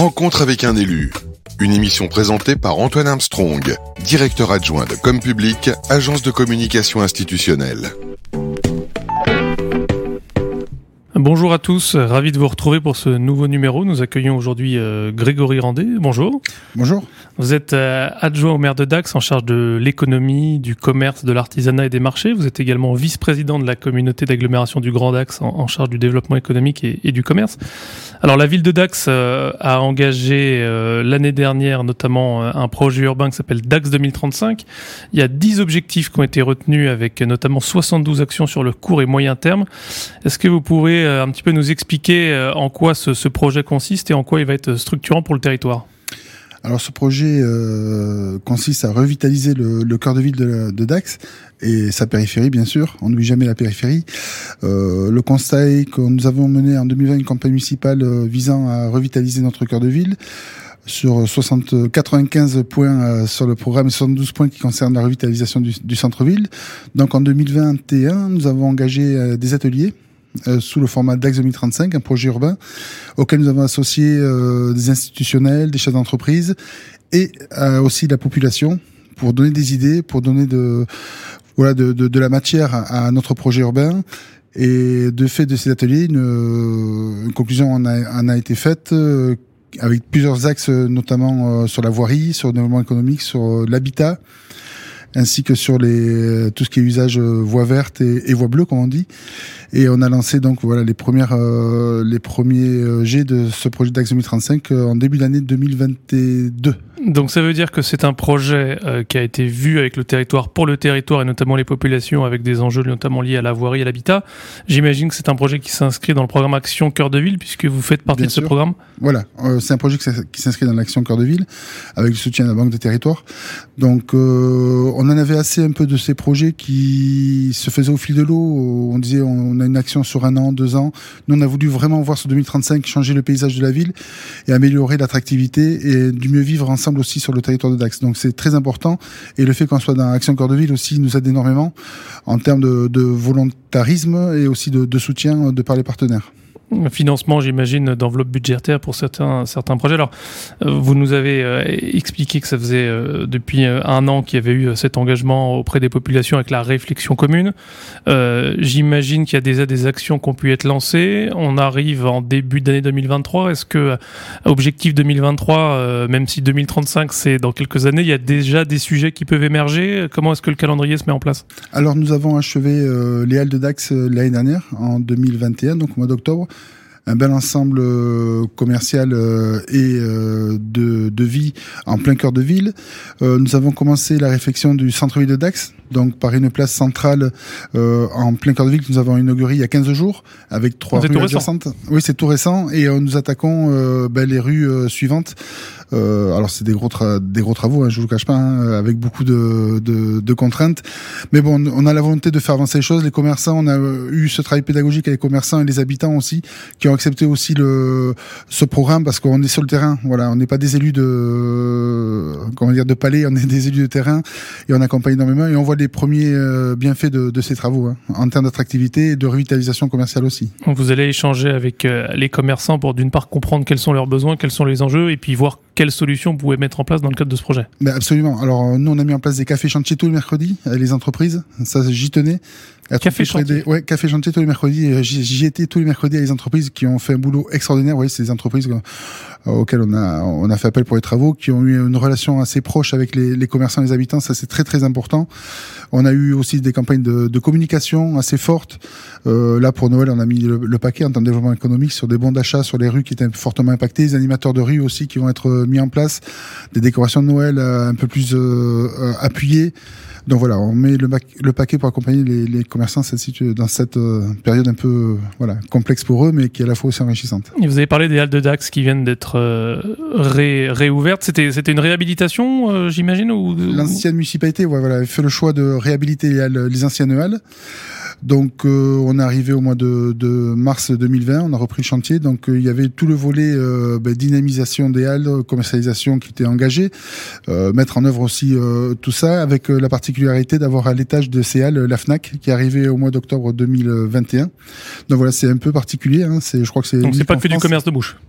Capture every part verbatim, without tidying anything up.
Rencontre avec un élu. Une émission présentée par Antoine Armstrong, directeur adjoint de Com Public, agence de communication institutionnelle. Bonjour à tous, ravi de vous retrouver pour ce nouveau numéro. Nous accueillons aujourd'hui euh, Grégory Randet. Bonjour. Bonjour. Vous êtes euh, adjoint au maire de Dax en charge de l'économie, du commerce, de l'artisanat et des marchés. Vous êtes également vice-président de la communauté d'agglomération du Grand Dax en, en charge du développement économique et, et du commerce. Alors la ville de Dax euh, a engagé euh, l'année dernière notamment euh, un projet urbain qui s'appelle Dax deux mille trente-cinq. Il y a dix objectifs qui ont été retenus avec notamment soixante-douze actions sur le court et moyen terme. Est-ce que vous pouvez euh, un petit peu nous expliquer euh, en quoi ce, ce projet consiste et en quoi il va être structurant pour le territoire ? Alors ce projet euh, consiste à revitaliser le, le cœur de ville de, de Dax et sa périphérie bien sûr, on n'oublie jamais la périphérie. Euh, le constat est que nous avons mené en deux mille vingt une campagne municipale euh, visant à revitaliser notre cœur de ville sur soixante, quatre-vingt-quinze points euh, sur le programme et soixante-douze points qui concernent la revitalisation du, du centre-ville. Donc en deux mille vingt et un, nous avons engagé euh, des ateliers Euh, sous le format Dax deux mille trente-cinq, un projet urbain auquel nous avons associé euh, des institutionnels, des chefs d'entreprise et euh, aussi la population pour donner des idées, pour donner de voilà de, de, de la matière à, à notre projet urbain. Et de fait de ces ateliers, une, une conclusion en a, en a été faite euh, avec plusieurs axes, notamment euh, sur la voirie, sur le développement économique, sur euh, l'habitat, ainsi que sur les tout ce qui est usage euh, voie verte et, et voie bleue comme on dit. Et on a lancé donc voilà les premières euh, les premiers euh, jets de ce projet Dax deux mille trente-cinq euh, en début d'année deux mille vingt-deux. Donc ça veut dire que c'est un projet euh, qui a été vu avec le territoire pour le territoire et notamment les populations avec des enjeux notamment liés à la voirie et à l'habitat. J'imagine que c'est un projet qui s'inscrit dans le programme Action Cœur de Ville puisque vous faites partie Bien de ce sûr. programme. Voilà, euh, c'est un projet qui s'inscrit dans l'Action Cœur de Ville avec le soutien de la Banque des Territoires. Donc euh, on en avait assez un peu de ces projets qui se faisaient au fil de l'eau. On disait on a une action sur un an, deux ans. Nous on a voulu vraiment voir sur deux mille trente-cinq changer le paysage de la ville et améliorer l'attractivité et du mieux vivre ensemble aussi sur le territoire de Dax. Donc c'est très important et le fait qu'on soit dans Action Cœur de Ville aussi nous aide énormément en termes de, de volontarisme et aussi de, de soutien de par les partenaires. Financement, j'imagine, d'enveloppe budgétaire pour certains certains projets. Alors, euh, vous nous avez euh, expliqué que ça faisait euh, depuis euh, un an qu'il y avait eu euh, cet engagement auprès des populations avec la réflexion commune. Euh, j'imagine qu'il y a déjà des actions qui ont pu être lancées. On arrive en début d'année deux mille vingt-trois. Est-ce que, euh, objectif deux mille vingt-trois, euh, même si deux mille trente-cinq c'est dans quelques années, il y a déjà des sujets qui peuvent émerger? Comment est-ce que le calendrier se met en place? Alors, nous avons achevé euh, les Halles de Dax euh, l'année dernière, en deux mille vingt et un, donc au mois d'octobre. Un bel ensemble euh, commercial euh, et euh, de, de vie en plein cœur de ville. Euh, nous avons commencé la réflexion du centre-ville de Dax, donc par une place centrale euh, en plein cœur de ville que nous avons inaugurée il y a quinze jours avec trois c'est rues adjacentes. Oui, c'est tout récent et euh, nous attaquons euh, ben, les rues euh, suivantes. Euh, alors c'est des gros tra- des gros travaux, hein, je vous le cache pas, hein, avec beaucoup de, de de contraintes. Mais bon, on a la volonté de faire avancer les choses. Les commerçants, on a eu ce travail pédagogique avec les commerçants et les habitants aussi, qui ont accepté aussi le ce programme parce qu'on est sur le terrain. Voilà, on n'est pas des élus de comment dire de palais, on est des élus de terrain et on accompagne énormément et on voit les premiers euh, bienfaits de, de ces travaux hein, en termes d'attractivité et de revitalisation commerciale aussi. Vous allez échanger avec euh, les commerçants pour d'une part comprendre quels sont leurs besoins, quels sont les enjeux et puis voir quelles solutions vous pouvez mettre en place dans le cadre de ce projet. Ben absolument. Alors nous on a mis en place des cafés chantiers tous les mercredis avec les entreprises. Ça j'y tenais. Café chantier. Des... Ouais, café chantier tous les mercredis. J'y, j'y étais tous les mercredis avec les entreprises qui ont fait un boulot extraordinaire. Vous voyez, c'est des entreprises euh, auxquelles on a on a fait appel pour les travaux, qui ont eu une relation assez proche avec les, les commerçants et les habitants. Ça c'est très très important. On a eu aussi des campagnes de, de communication assez fortes. Euh, là pour Noël, on a mis le, le paquet en termes de développement économique sur des bons d'achat sur les rues qui étaient fortement impactées, des animateurs de rue aussi qui vont être mis en place, des décorations de Noël euh, un peu plus euh, euh, appuyées. Donc voilà, on met le, bac, le paquet pour accompagner les, les commerçants dans cette euh, période un peu euh, voilà complexe pour eux, mais qui est à la fois aussi enrichissante. Et vous avez parlé des halles de Dax qui viennent d'être euh, ré, réouvertes. C'était, c'était une réhabilitation, euh, j'imagine ou... L'ancienne municipalité, ouais, voilà, a fait le choix de réhabiliter les, halles, les anciennes halles. Donc euh, on est arrivé au mois de, de mars deux mille vingt, on a repris le chantier. Donc euh, il y avait tout le volet euh, ben, dynamisation des halles, commercialisation qui était engagé, euh, mettre en œuvre aussi euh, tout ça avec euh, la particularité d'avoir à l'étage de ces halles la Fnac qui est arrivée au mois d'octobre deux mille vingt et un. Donc voilà, c'est un peu particulier. Hein, c'est, je crois que c'est. Donc c'est pas que France. du commerce de bouche.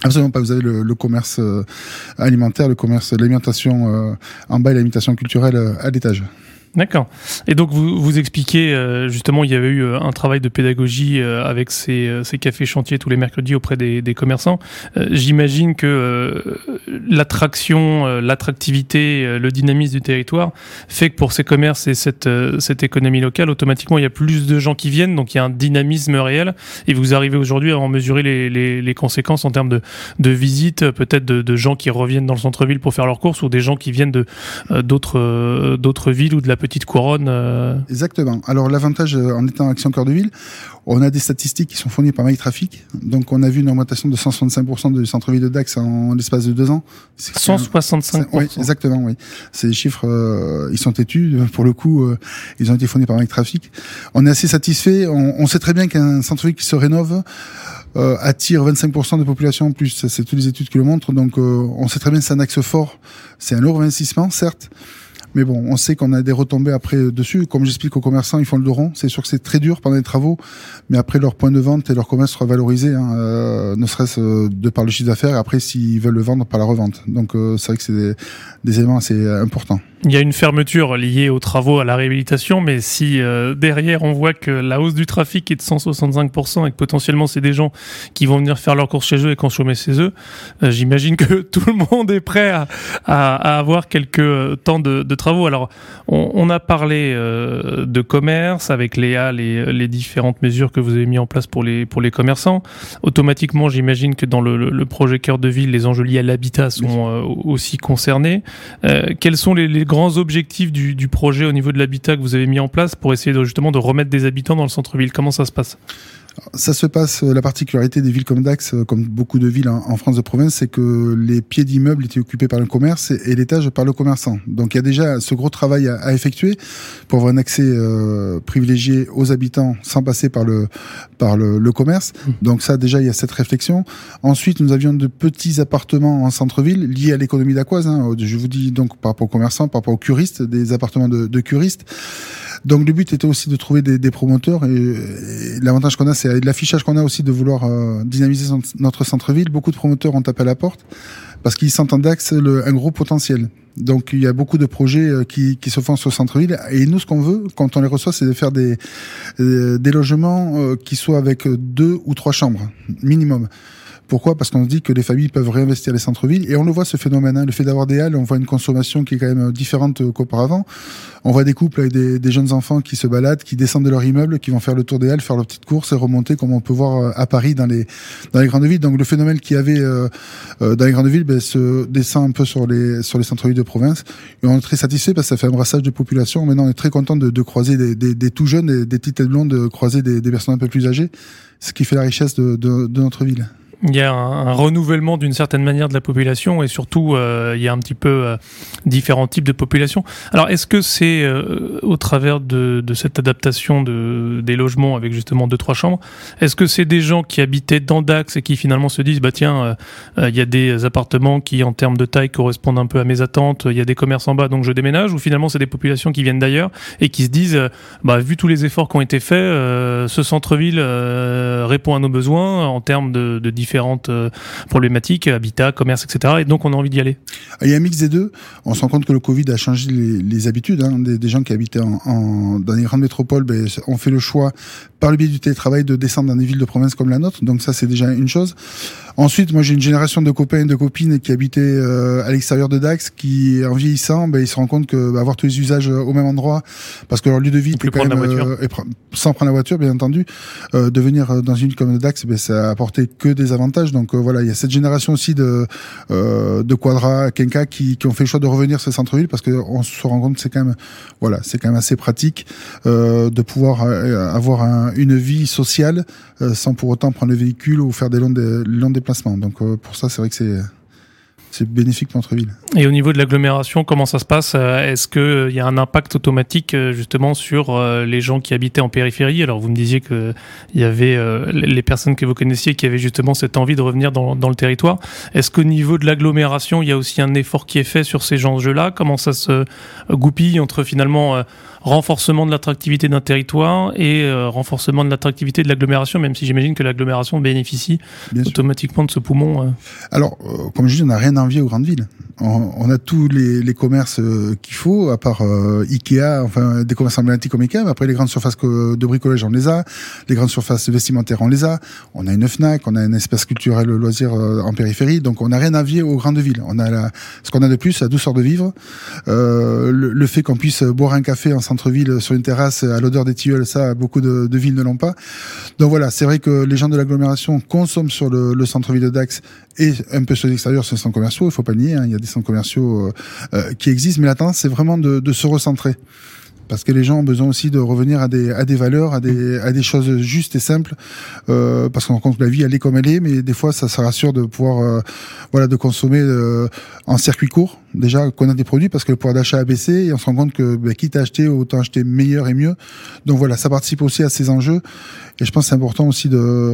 Absolument pas. Vous avez le, le commerce euh, alimentaire, le commerce, l'alimentation euh, en bas et l'alimentation culturelle euh, à l'étage. D'accord. Et donc vous vous expliquez euh, justement, il y avait eu euh, un travail de pédagogie euh, avec ces, euh, ces cafés chantiers tous les mercredis auprès des, des commerçants. Euh, j'imagine que euh, l'attraction, euh, l'attractivité, euh, le dynamisme du territoire fait que pour ces commerces et cette euh, cette économie locale, automatiquement il y a plus de gens qui viennent, donc il y a un dynamisme réel. Et vous arrivez aujourd'hui à en mesurer les, les, les conséquences en termes de, de visites, peut-être de, de gens qui reviennent dans le centre-ville pour faire leurs courses ou des gens qui viennent de euh, d'autres euh, d'autres villes ou de la petite couronne. Euh... Exactement. Alors l'avantage euh, en étant Action Cœur de Ville, on a des statistiques qui sont fournies par MyTraffic. Donc on a vu une augmentation de cent soixante-cinq pour cent du centre-ville de Dax en, en l'espace de deux ans. C'est cent soixante-cinq pour cent. Oui, exactement. Oui. Ces chiffres, euh, ils sont têtus. Pour le coup, euh, ils ont été fournis par MyTraffic. On est assez satisfait. On, on sait très bien qu'un centre-ville qui se rénove euh, attire vingt-cinq pour cent de population en plus. Ça, c'est toutes les études qui le montrent. Donc euh, on sait très bien que c'est un axe fort. C'est un lourd investissement, certes. Mais bon, on sait qu'on a des retombées après dessus. Comme j'explique aux commerçants, ils font le dos rond. C'est sûr que c'est très dur pendant les travaux, mais après leur point de vente et leur commerce sera valorisé, hein, euh, ne serait-ce euh, de par le chiffre d'affaires. Et après, s'ils veulent le vendre, par la revente. Donc, euh, c'est vrai que c'est des, des éléments assez importants. Il y a une fermeture liée aux travaux, à la réhabilitation, mais si euh, derrière on voit que la hausse du trafic est de cent soixante-cinq pour cent et que potentiellement c'est des gens qui vont venir faire leurs courses chez eux et consommer chez eux, euh, j'imagine que tout le monde est prêt à, à, à avoir quelques temps de, de travaux. Alors on, on a parlé euh, de commerce avec Léa, les, les différentes mesures que vous avez mis en place pour les, pour les commerçants. Automatiquement, j'imagine que dans le, le projet Cœur de Ville, les enjeux liés à l'habitat sont euh, aussi concernés. Euh, quels sont les, les grands objectifs du, du projet au niveau de l'habitat que vous avez mis en place pour essayer de, justement de remettre des habitants dans le centre-ville? Comment ça se passe? Ça se passe, la particularité des villes comme Dax, comme beaucoup de villes en France de province, c'est que les pieds d'immeubles étaient occupés par le commerce et, et l'étage par le commerçant. Donc il y a déjà ce gros travail à, à effectuer pour avoir un accès euh, privilégié aux habitants sans passer par le par le, le commerce. Donc ça, déjà, il y a cette réflexion. Ensuite, nous avions de petits appartements en centre-ville liés à l'économie dacquoise. Hein. Je vous dis donc par rapport aux commerçants, par rapport aux curistes, des appartements de, de curistes. Donc le but était aussi de trouver des, des promoteurs et, et l'avantage qu'on a, c'est l'affichage qu'on a aussi de vouloir euh, dynamiser son, notre centre-ville. Beaucoup de promoteurs ont tapé à la porte parce qu'ils sentent en Dax le, un gros potentiel. Donc il y a beaucoup de projets euh, qui, qui se font sur le centre-ville et nous ce qu'on veut quand on les reçoit, c'est de faire des, euh, des logements euh, qui soient avec deux ou trois chambres minimum. Pourquoi ? Parce qu'on se dit que les familles peuvent réinvestir les centres-villes et on le voit ce phénomène. Hein. Le fait d'avoir des halles, on voit une consommation qui est quand même différente qu'auparavant. On voit des couples avec des, des jeunes enfants qui se baladent, qui descendent de leur immeuble, qui vont faire le tour des halles, faire leurs petites courses et remonter comme on peut voir à Paris dans les dans les grandes villes. Donc le phénomène qu'il y avait euh, dans les grandes villes ben, se descend un peu sur les sur les centres-villes de province. Et on est très satisfait parce que ça fait un brassage de population. Maintenant, on est très content de, de croiser des, des, des tout jeunes, des, des petites têtes blondes, de croiser des, des personnes un peu plus âgées, ce qui fait la richesse de, de, de notre ville. Il y a un, un renouvellement d'une certaine manière de la population et surtout euh, il y a un petit peu euh, différents types de population. Alors est-ce que c'est euh, au travers de, de cette adaptation de, des logements avec justement deux trois chambres, est-ce que c'est des gens qui habitaient dans Dax et qui finalement se disent bah tiens euh, euh, il y a des appartements qui en termes de taille correspondent un peu à mes attentes, il y a des commerces en bas donc je déménage, ou finalement c'est des populations qui viennent d'ailleurs et qui se disent euh, bah vu tous les efforts qui ont été faits, euh, ce centre-ville euh, répond à nos besoins en termes de, de différentes euh, problématiques, habitat, commerce, et cetera. Et donc, on a envie d'y aller. Il y a un mix des deux. On se rend compte que le Covid a changé les, les habitudes. Hein, des, des gens qui habitaient en, en, dans les grandes métropoles ben, ont fait le choix, par le biais du télétravail, de descendre dans des villes de province comme la nôtre. Donc ça, c'est déjà une chose. Ensuite, moi, j'ai une génération de copains et de copines qui habitaient euh, à l'extérieur de Dax, qui, en vieillissant, ben, ils se rendent compte que bah, avoir tous les usages au même endroit, parce que leur lieu de vie était quand même, euh, et pr- sans prendre la voiture, bien entendu, euh, de venir dans une ville comme Dax, ben, ça a apporté que des avantages. Donc euh, voilà, il y a cette génération aussi de euh, de Quadra, Kenka qui, qui ont fait le choix de revenir sur le centre-ville parce que on se rend compte que c'est quand même voilà, c'est quand même assez pratique euh, de pouvoir euh, avoir un, une vie sociale euh, sans pour autant prendre le véhicule ou faire des longs des longs déplacements. Donc euh, pour ça, c'est vrai que c'est c'est bénéfique pour notre ville. Et au niveau de l'agglomération, comment ça se passe ? Est-ce qu'il y a un impact automatique justement sur les gens qui habitaient en périphérie ? Alors vous me disiez qu'il y avait les personnes que vous connaissiez qui avaient justement cette envie de revenir dans, dans le territoire. Est-ce qu'au niveau de l'agglomération, il y a aussi un effort qui est fait sur ces enjeux-là ? Comment ça se goupille entre finalement renforcement de l'attractivité d'un territoire et euh, renforcement de l'attractivité de l'agglomération, même si j'imagine que l'agglomération bénéficie Bien automatiquement sûr. de ce poumon. Euh. Alors, euh, comme je dis, on n'a rien à envier aux grandes villes. On, on a tous les, les commerces euh, qu'il faut, à part euh, Ikea, enfin des commerces emblématiques comme Ikea, mais après les grandes surfaces de bricolage, on les a, les grandes surfaces vestimentaires, on les a, on a une Fnac, on a un espace culturel loisir euh, en périphérie, donc on n'a rien à envier aux grandes villes. On a la, ce qu'on a de plus, la douceur de vivre, euh, le, le fait qu'on puisse boire un café en centre-ville sur une terrasse à l'odeur des tilleuls, ça, beaucoup de, de villes ne l'ont pas. Donc voilà, c'est vrai que les gens de l'agglomération consomment sur le, le centre-ville de Dax et un peu sur l'extérieur, sur les centres commerciaux, il faut pas le nier, hein, il y a des centres commerciaux euh, qui existent, mais la tendance, c'est vraiment de, de se recentrer. Parce que les gens ont besoin aussi de revenir à des, à des valeurs, à des, à des choses justes et simples, euh, parce qu'on rencontre la vie, elle est comme elle est, mais des fois, ça, ça rassure de pouvoir, euh, voilà, de consommer euh, en circuit court. Déjà, connaître des produits, parce que le pouvoir d'achat a baissé, et on se rend compte que, bah, quitte à acheter, autant acheter meilleur et mieux. Donc voilà, ça participe aussi à ces enjeux, et je pense que c'est important aussi de,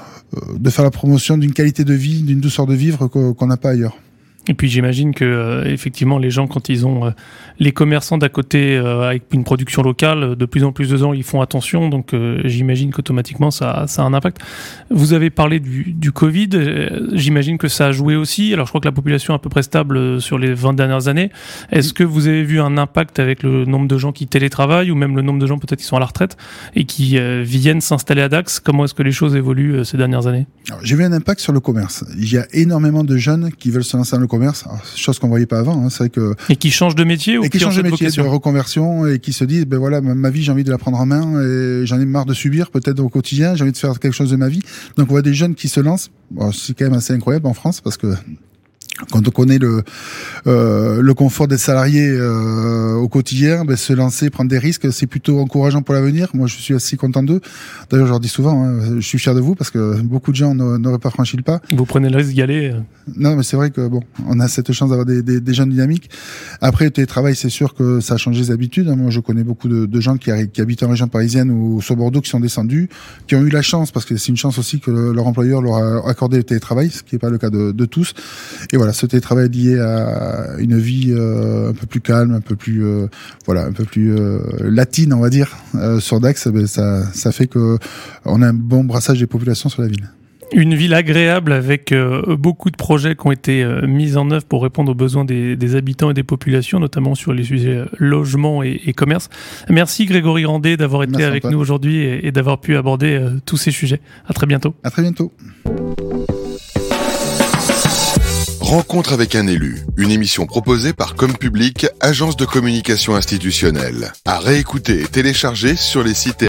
de faire la promotion d'une qualité de vie, d'une douceur de vivre qu'on n'a pas ailleurs. Et puis j'imagine que euh, effectivement les gens, quand ils ont euh, les commerçants d'à côté euh, avec une production locale, de plus en plus de gens ils font attention, donc euh, j'imagine qu'automatiquement ça, ça a un impact. Vous avez parlé du, du Covid, euh, j'imagine que ça a joué aussi. Alors je crois que la population est à peu près stable sur les vingt dernières années. Est-ce que vous avez vu un impact avec le nombre de gens qui télétravaillent, ou même le nombre de gens peut-être qui sont à la retraite et qui euh, viennent s'installer à Dax? Comment est-ce que les choses évoluent euh, ces dernières années? Alors, j'ai vu un impact sur le commerce. Il y a énormément de jeunes qui veulent se lancer dans le commerce, alors, chose qu'on voyait pas avant, hein. C'est vrai que et qui changent de métier ou et qui, qui changent de métier, de reconversion, et qui se disent ben voilà, ma, ma vie j'ai envie de la prendre en main et j'en ai marre de subir peut-être au quotidien, j'ai envie de faire quelque chose de ma vie. Donc on voit des jeunes qui se lancent. Bon, c'est quand même assez incroyable en France, parce que quand on connaît le euh, le confort des salariés euh, au quotidien, ben, se lancer, prendre des risques, c'est plutôt encourageant pour l'avenir. Moi, je suis assez content d'eux. D'ailleurs, je leur dis souvent, hein, je suis fier de vous, parce que beaucoup de gens n'auraient pas franchi le pas. Vous prenez le risque d'y aller. Non, mais c'est vrai que bon, on a cette chance d'avoir des, des, des jeunes dynamiques. Après, le télétravail, c'est sûr que ça a changé les habitudes. Moi, je connais beaucoup de, de gens qui, qui habitent en région parisienne ou sur Bordeaux, qui sont descendus, qui ont eu la chance, parce que c'est une chance aussi que le, leur employeur leur a accordé le télétravail, ce qui n'est pas le cas de, de tous. Et voilà, ce télétravail est lié à une vie euh, un peu plus calme, un peu plus euh, voilà, un peu plus euh, latine, on va dire, euh, sur Dax. Ben, ça, ça fait que on a un bon brassage des populations sur la ville. Une ville agréable avec euh, beaucoup de projets qui ont été euh, mis en œuvre pour répondre aux besoins des, des habitants et des populations, notamment sur les sujets euh, logement et, et commerce. Merci Grégory Randet d'avoir été Merci avec Antoine. nous aujourd'hui et, et d'avoir pu aborder euh, tous ces sujets. À très bientôt. À très bientôt. Rencontre avec un élu, une émission proposée par Com Public, agence de communication institutionnelle. À réécouter et télécharger sur les sites